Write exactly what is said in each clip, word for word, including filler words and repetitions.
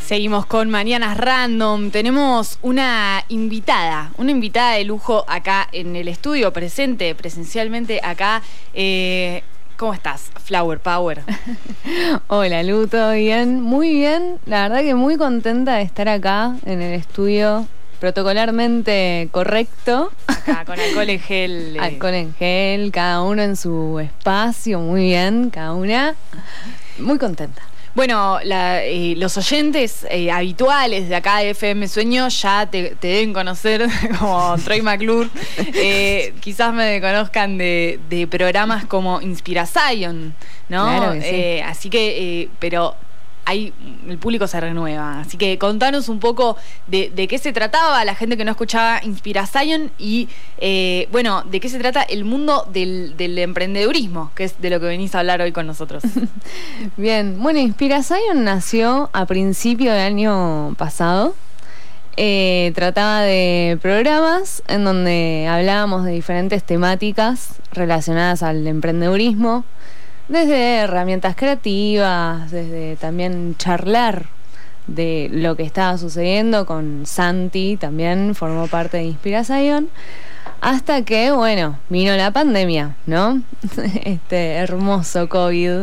Seguimos con Mañanas Random. Tenemos una invitada, una invitada de lujo acá en el estudio, presente, presencialmente acá. Eh, ¿Cómo estás, Flower Power? Hola, Lu, ¿todo bien? Muy bien, la verdad que muy contenta de estar acá en el estudio, protocolarmente correcto. Acá con alcohol en gel. Eh. Alcohol en gel, cada uno en su espacio, muy bien, cada una. Muy contenta. Bueno, la, eh, los oyentes eh, habituales de acá de F M Sueño ya te, te deben conocer como Troy McClure. Eh, quizás me conozcan de, de programas como Inspiración, ¿no? Claro que sí. Eh, así que, eh, pero hay, el público se renueva. Así que contanos un poco de, de qué se trataba, la gente que no escuchaba Inspiración y, eh, bueno, de qué se trata el mundo del, del emprendedurismo, que es de lo que venís a hablar hoy con nosotros. Bien, bueno, Inspiración nació a principio del año pasado. Eh, trataba de programas en donde hablábamos de diferentes temáticas relacionadas al emprendedurismo, desde herramientas creativas, desde también charlar de lo que estaba sucediendo con Santi, también formó parte de Inspiración, hasta que, bueno, vino la pandemia, ¿no? Este hermoso COVID,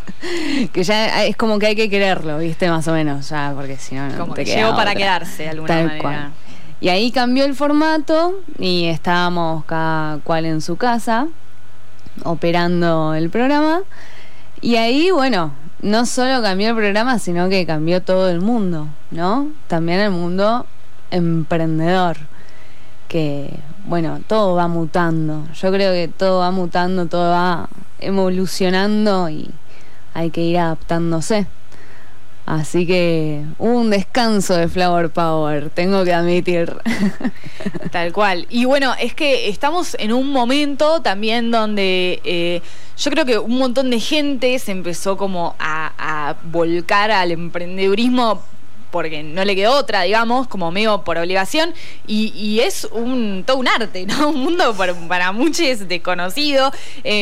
que ya es como que hay que quererlo, ¿viste? Más o menos, ya, porque si no, no como te que queda llegó otra. Para quedarse, de alguna Tal manera. Cual. Y ahí cambió el formato y estábamos cada cual en su casa operando el programa, y ahí, bueno, no solo cambió el programa, sino que cambió todo el mundo, ¿no? También el mundo emprendedor, que, bueno, todo va mutando. Yo creo que todo va mutando, todo va evolucionando y hay que ir adaptándose. Así que hubo un descanso de Flower Power, tengo que admitir. Tal cual. Y bueno, es que estamos en un momento también donde eh, yo creo que un montón de gente se empezó como a, a volcar al emprendedurismo porque no le quedó otra, digamos, como medio por obligación, y, y es un todo un arte, ¿no? Un mundo por, para muchos desconocido,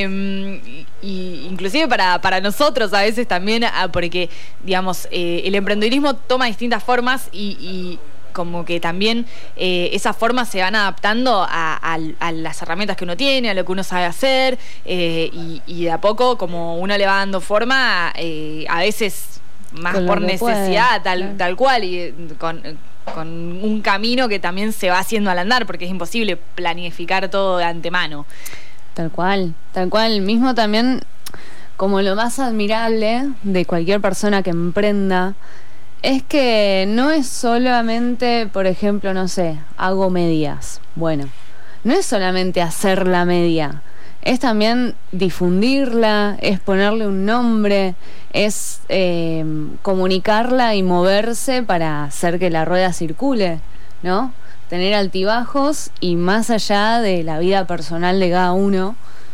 eh, y inclusive para, para nosotros a veces también, porque, digamos, eh, el emprendedurismo toma distintas formas y, y como que también eh, esas formas se van adaptando a, a, a las herramientas que uno tiene, a lo que uno sabe hacer, eh, y, y de a poco, como uno le va dando forma, eh, a veces más con por necesidad, puede, tal, claro. tal cual, y con, con un camino que también se va haciendo al andar, porque es imposible planificar todo de antemano. Tal cual, tal cual. Mismo también, como lo más admirable de cualquier persona que emprenda, es que no es solamente, por ejemplo, no sé, hago medias. Bueno, no es solamente hacer la media, es también difundirla, es ponerle un nombre, es eh, comunicarla y moverse para hacer que la rueda circule, ¿no? Tener altibajos y más allá de la vida personal de cada uno,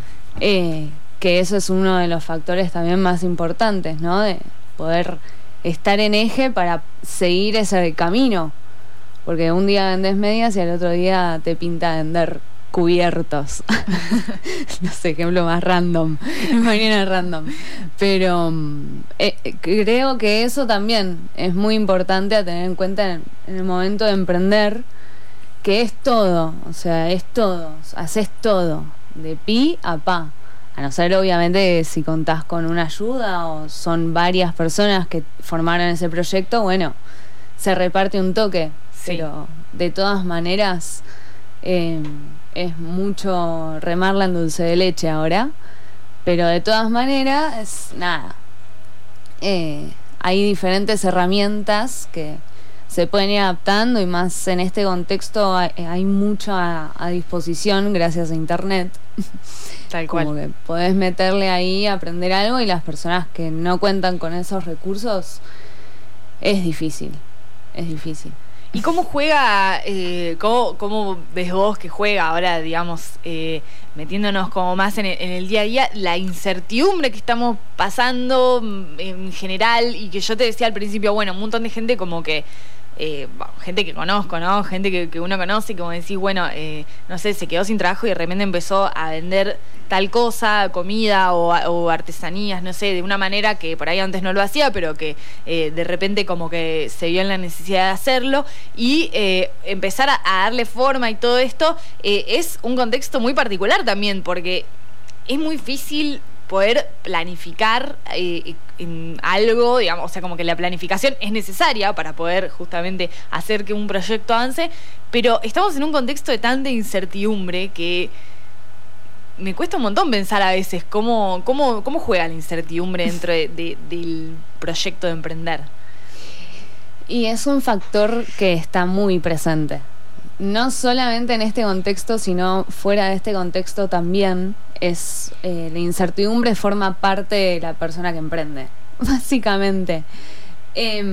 eh, que eso es uno de los factores también más importantes, ¿no? De poder estar en eje para seguir ese camino, porque un día vendés medias y al otro día te pinta vender cubiertos. No sé, ejemplo más random, mañana random, pero eh, creo que eso también es muy importante a tener en cuenta en, en el momento de emprender, que es todo, o sea, es todo, haces todo de pi a pa, a no ser obviamente si contás con una ayuda o son varias personas que formaron ese proyecto, bueno, se reparte un toque, sí. Pero de todas maneras eh, es mucho remarla en dulce de leche ahora, pero de todas maneras es nada, eh, hay diferentes herramientas que se pueden ir adaptando, y más en este contexto hay, hay mucho a, a disposición gracias a internet. Tal cual. Como que podés meterle ahí a aprender algo, y las personas que no cuentan con esos recursos es difícil, es difícil. ¿Y cómo juega, eh, cómo, cómo ves vos que juega ahora, digamos, eh, metiéndonos como más en el, en el día a día, la incertidumbre que estamos pasando en general, y que yo te decía al principio, bueno, un montón de gente como que eh, gente que conozco, ¿no? Gente que, que uno conoce y como decís, bueno, eh, no sé, se quedó sin trabajo y de repente empezó a vender tal cosa, comida o, o artesanías, no sé, de una manera que por ahí antes no lo hacía, pero que eh, de repente como que se vio en la necesidad de hacerlo y eh, empezar a, a darle forma y todo esto eh, es un contexto muy particular también, porque es muy difícil poder planificar eh, en algo, digamos, o sea, como que la planificación es necesaria para poder justamente hacer que un proyecto avance, pero estamos en un contexto de tanta incertidumbre que me cuesta un montón pensar a veces cómo, cómo, cómo juega la incertidumbre dentro de, de, del proyecto de emprender. Y es un factor que está muy presente. No solamente en este contexto, sino fuera de este contexto también es eh, la incertidumbre forma parte de la persona que emprende, básicamente. Eh,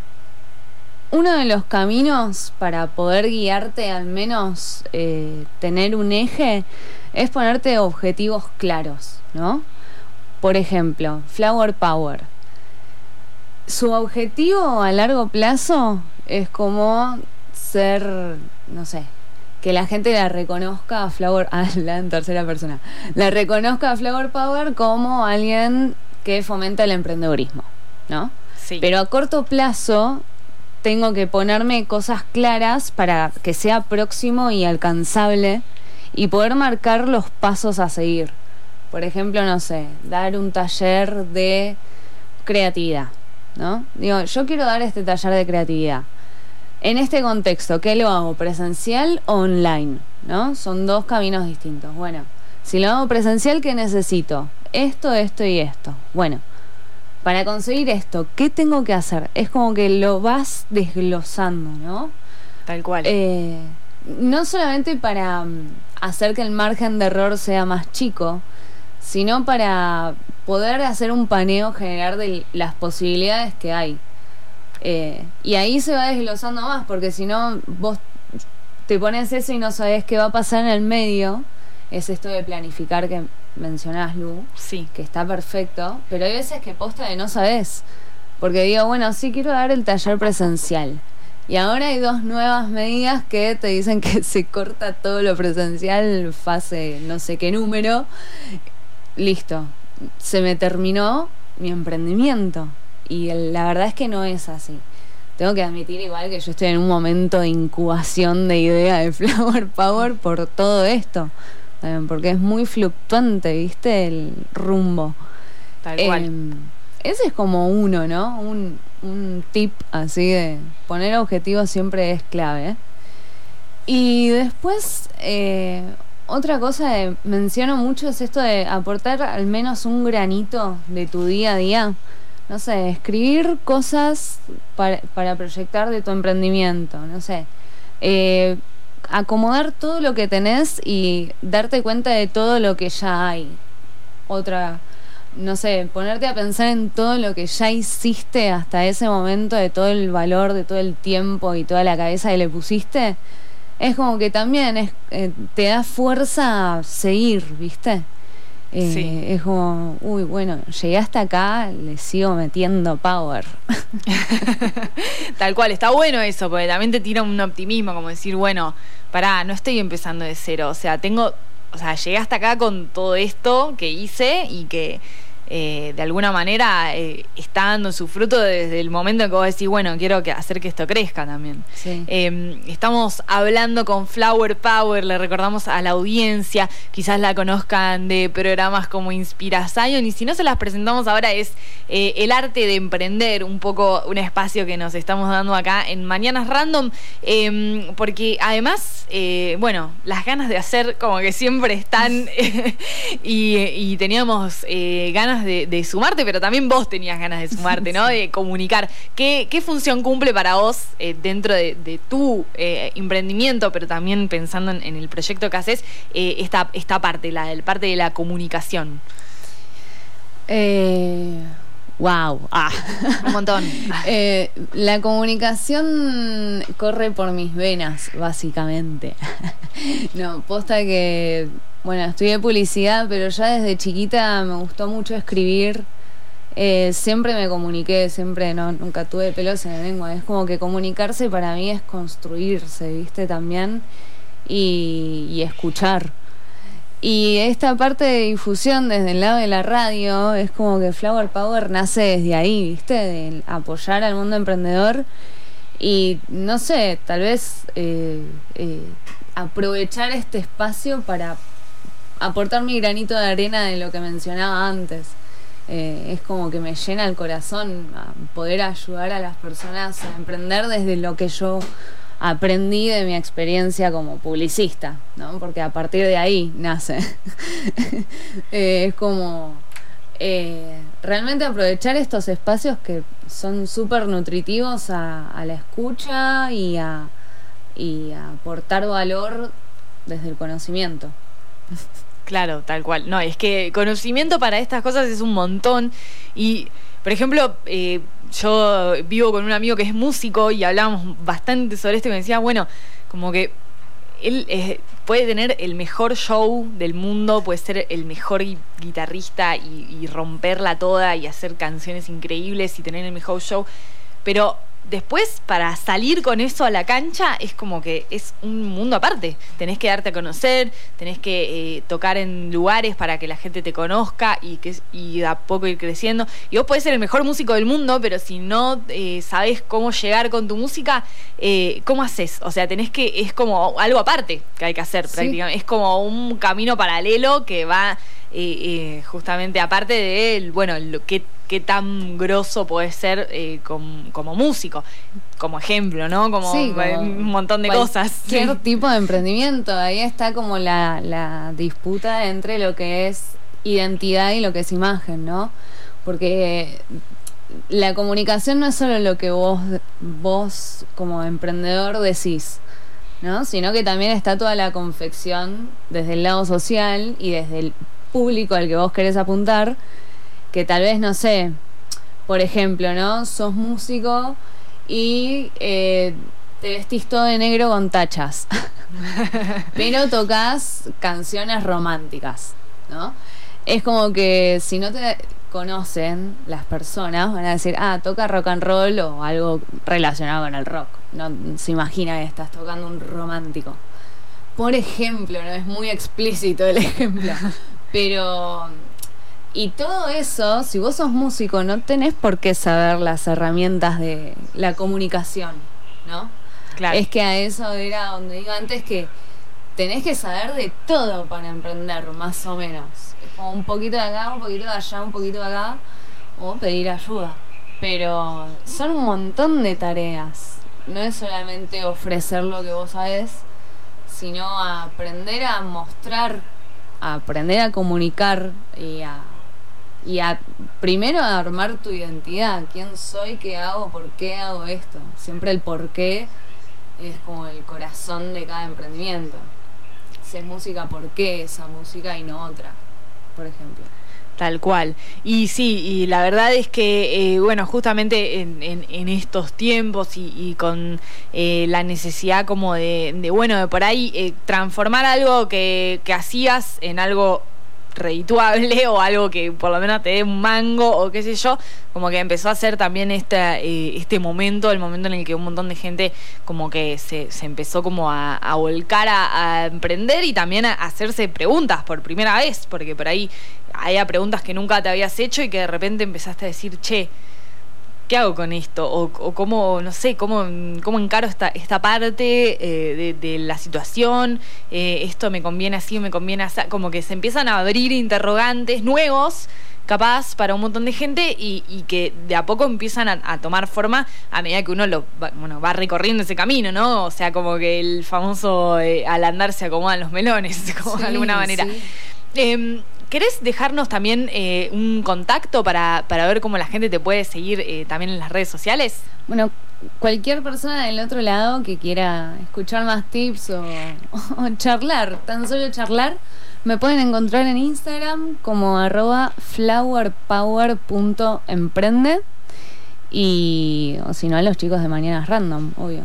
uno de los caminos para poder guiarte, al menos eh, tener un eje, es ponerte objetivos claros, ¿no? Por ejemplo, Flower Power. Su objetivo a largo plazo es como ser, no sé, que la gente la reconozca a Flower, ah, la en tercera persona, la reconozca a Flower Power como alguien que fomenta el emprendedurismo, ¿no? Sí. Pero a corto plazo tengo que ponerme cosas claras para que sea próximo y alcanzable y poder marcar los pasos a seguir. Por ejemplo, no sé, dar un taller de creatividad, ¿no? Digo, yo quiero dar este taller de creatividad. En este contexto, ¿qué lo hago? ¿Presencial o online? ¿No? Son dos caminos distintos. Bueno, si lo hago presencial, ¿qué necesito? Esto, esto y esto. Bueno, para conseguir esto, ¿qué tengo que hacer? Es como que lo vas desglosando, ¿no? Tal cual. Eh, no solamente para um, hacer que el margen de error sea más chico, sino para poder hacer un paneo general de las posibilidades que hay. Eh, y ahí se va desglosando más, porque si no, vos te pones eso y no sabés qué va a pasar en el medio. Es esto de planificar que mencionás, Lu, sí, que está perfecto, pero hay veces que posta de no sabés, porque digo, bueno, sí quiero dar el taller presencial y ahora hay dos nuevas medidas que te dicen que se corta todo lo presencial, fase no sé qué número, listo, se me terminó mi emprendimiento. Y el, la verdad es que no es así. Tengo que admitir igual que yo estoy en un momento de incubación de idea de Flower Power por todo esto. También porque es muy fluctuante, ¿viste? El rumbo. Tal cual. Eh, ese es como uno, ¿no? Un, un tip así de poner objetivos siempre es clave, ¿eh? Y después, eh, otra cosa que menciono mucho es esto de aportar al menos un granito de tu día a día. No sé, escribir cosas para, para proyectar de tu emprendimiento, no sé. Eh, acomodar todo lo que tenés y darte cuenta de todo lo que ya hay. Otra, no sé, ponerte a pensar en todo lo que ya hiciste hasta ese momento, de todo el valor, de todo el tiempo y toda la cabeza que le pusiste. Es como que también es, eh, te da fuerza a seguir, ¿viste? Eh, sí. Es como, uy, bueno, llegué hasta acá, le sigo metiendo power. Tal cual, está bueno eso, porque también te tira un optimismo, como decir, bueno, pará, no estoy empezando de cero, o sea, tengo, o sea, llegué hasta acá con todo esto que hice y que eh, de alguna manera eh, está dando su fruto desde el momento en que vos decís, bueno, quiero que hacer que esto crezca también. Sí. Eh, estamos hablando con Flower Power, le recordamos a la audiencia, quizás la conozcan de programas como Inspira Zion, y si no se las presentamos ahora es eh, el arte de emprender, un poco un espacio que nos estamos dando acá en Mañanas Random, eh, porque además, eh, bueno, las ganas de hacer como que siempre están y, y teníamos eh, ganas De, de sumarte, pero también vos tenías ganas de sumarte, ¿no? De comunicar. ¿Qué, qué función cumple para vos eh, dentro de, de tu eh, emprendimiento, pero también pensando en, en el proyecto que haces, eh, esta, esta parte, la del parte de la comunicación? Eh, wow. Ah. Un montón. eh, la comunicación corre por mis venas, básicamente. No, posta que... Bueno, estudié publicidad, pero ya desde chiquita me gustó mucho escribir eh, siempre me comuniqué, siempre no, nunca tuve pelos en la lengua. Es como que comunicarse para mí es construirse, ¿viste? También y, y escuchar. Y esta parte de difusión desde el lado de la radio es como que Flower Power nace desde ahí, ¿viste? De apoyar al mundo emprendedor y, no sé, tal vez eh, eh, aprovechar este espacio para aportar mi granito de arena de lo que mencionaba antes. Eh, es como que me llena el corazón a poder ayudar a las personas a emprender desde lo que yo aprendí de mi experiencia como publicista, ¿no? Porque a partir de ahí nace. eh, es como eh, realmente aprovechar estos espacios que son súper nutritivos a, a la escucha y a, y a aportar valor desde el conocimiento. Claro, tal cual. No, es que conocimiento para estas cosas es un montón. Y, por ejemplo, eh, yo vivo con un amigo que es músico y hablábamos bastante sobre esto y me decía, bueno, como que él eh, puede tener el mejor show del mundo, puede ser el mejor guitarrista y, y romperla toda y hacer canciones increíbles y tener el mejor show, pero después, para salir con eso a la cancha, es como que es un mundo aparte. Tenés que darte a conocer, tenés que eh, tocar en lugares para que la gente te conozca y que y de a poco ir creciendo. Y vos podés ser el mejor músico del mundo, pero si no eh, sabés cómo llegar con tu música, eh, ¿cómo haces? O sea, tenés que, es como algo aparte que hay que hacer, sí. Prácticamente. Es como un camino paralelo que va eh, eh, justamente aparte de, bueno, lo que qué tan grosso puede ser eh, com, como músico, como ejemplo, ¿no? Como, sí, como un montón de cosas. Cualquier tipo de emprendimiento, ahí está como la, la disputa entre lo que es identidad y lo que es imagen, ¿no? Porque la comunicación no es solo lo que vos, vos como emprendedor decís, ¿no? Sino que también está toda la confección desde el lado social y desde el público al que vos querés apuntar, que tal vez, no sé, por ejemplo, ¿no? Sos músico y eh, te vestís todo de negro con tachas, pero tocas canciones románticas, ¿no? Es como que si no te conocen las personas, van a decir, ah, toca rock and roll o algo relacionado con el rock. No se imagina que estás tocando un romántico. Por ejemplo, no es muy explícito el ejemplo, pero... Y todo eso, si vos sos músico, no tenés por qué saber las herramientas de la comunicación, ¿no? Claro. Es que a eso era donde digo antes que tenés que saber de todo para emprender, más o menos. Es como un poquito de acá, un poquito de allá, un poquito de acá, o pedir ayuda. Pero son un montón de tareas. No es solamente ofrecer lo que vos sabés, sino a aprender a mostrar, a aprender a comunicar y a y a primero a armar tu identidad, quién soy, qué hago, por qué hago esto. Siempre el por qué es como el corazón de cada emprendimiento. Si es música, ¿por qué esa música y no otra? Por ejemplo. Tal cual. Y sí, y la verdad es que, eh, bueno, justamente en, en, en estos tiempos y, y con eh, la necesidad como de, de, bueno, de por ahí eh, transformar algo que, que hacías en algo redituable o algo que por lo menos te dé un mango o qué sé yo, como que empezó a ser también esta, eh, este momento, el momento en el que un montón de gente como que se, se empezó como a, a volcar a, a emprender y también a hacerse preguntas por primera vez, porque por ahí había preguntas que nunca te habías hecho y que de repente empezaste a decir, che, ¿qué hago con esto? O, o cómo, no sé, cómo, cómo encaro esta, esta parte eh, de, de la situación, eh, esto me conviene así o me conviene así, como que se empiezan a abrir interrogantes nuevos, capaz, para un montón de gente y, y que de a poco empiezan a, a tomar forma a medida que uno lo va, bueno, va recorriendo ese camino, ¿no? O sea, como que el famoso eh, al andar se acomodan los melones, como sí, de alguna manera. Sí. Eh, ¿Querés dejarnos también eh, un contacto para, para ver cómo la gente te puede seguir eh, también en las redes sociales? Bueno, cualquier persona del otro lado que quiera escuchar más tips o, o charlar, tan solo charlar, me pueden encontrar en Instagram como arroba flowerpower punto emprende y o si no a los chicos de Mañanas Random, obvio.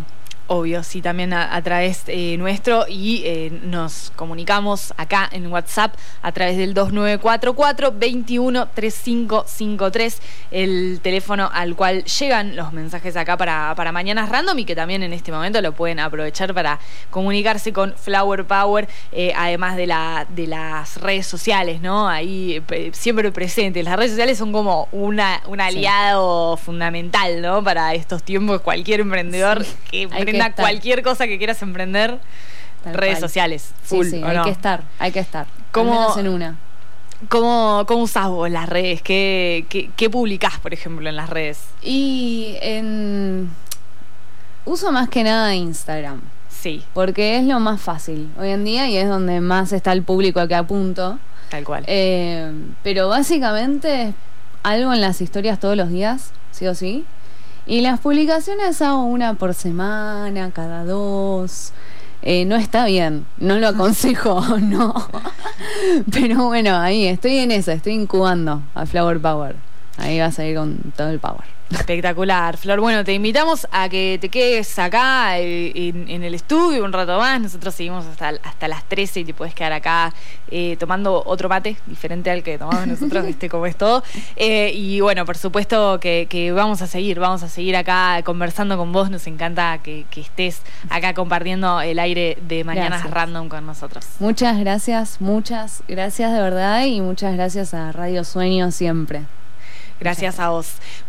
Obvio, sí, también a, a través eh, nuestro y eh, nos comunicamos acá en WhatsApp a través del dos nueve cuatro cuatro, dos uno, tres cinco cinco tres, el teléfono al cual llegan los mensajes acá para, para Mañanas Random y que también en este momento lo pueden aprovechar para comunicarse con Flower Power, eh, además de, la, de las redes sociales, ¿no? Ahí eh, siempre presentes. Las redes sociales son como una, un aliado sí. fundamental, ¿no? Para estos tiempos, cualquier emprendedor sí. que emprenda cualquier cosa que quieras emprender, tal redes cual. Sociales, full, sí, sí, ¿o hay no? que estar, hay que estar, ¿Cómo, al menos en una. ¿Cómo, cómo usás vos las redes? ¿Qué, qué, qué publicás, por ejemplo, en las redes? Y en... uso más que nada Instagram. Sí. Porque es lo más fácil hoy en día y es donde más está el público al que apunto. Tal cual. Eh, pero básicamente algo en las historias todos los días, sí o sí. Y las publicaciones hago una por semana, cada dos. Eh, no está bien, no lo aconsejo, no. Pero bueno, ahí estoy en eso, estoy incubando a Flower Power. Ahí vas a ir con todo el power. Espectacular, Flor. Bueno, te invitamos a que te quedes acá eh, en, en el estudio un rato más. Nosotros seguimos hasta, hasta las trece y te puedes quedar acá eh, tomando otro mate, diferente al que tomamos nosotros, viste cómo es todo. Eh, y bueno, por supuesto que, que vamos a seguir, vamos a seguir acá conversando con vos. Nos encanta que, que estés acá compartiendo el aire de Mañanas gracias. Random con nosotros. Muchas gracias, muchas gracias de verdad y muchas gracias a Radio Sueño siempre. Gracias a vos.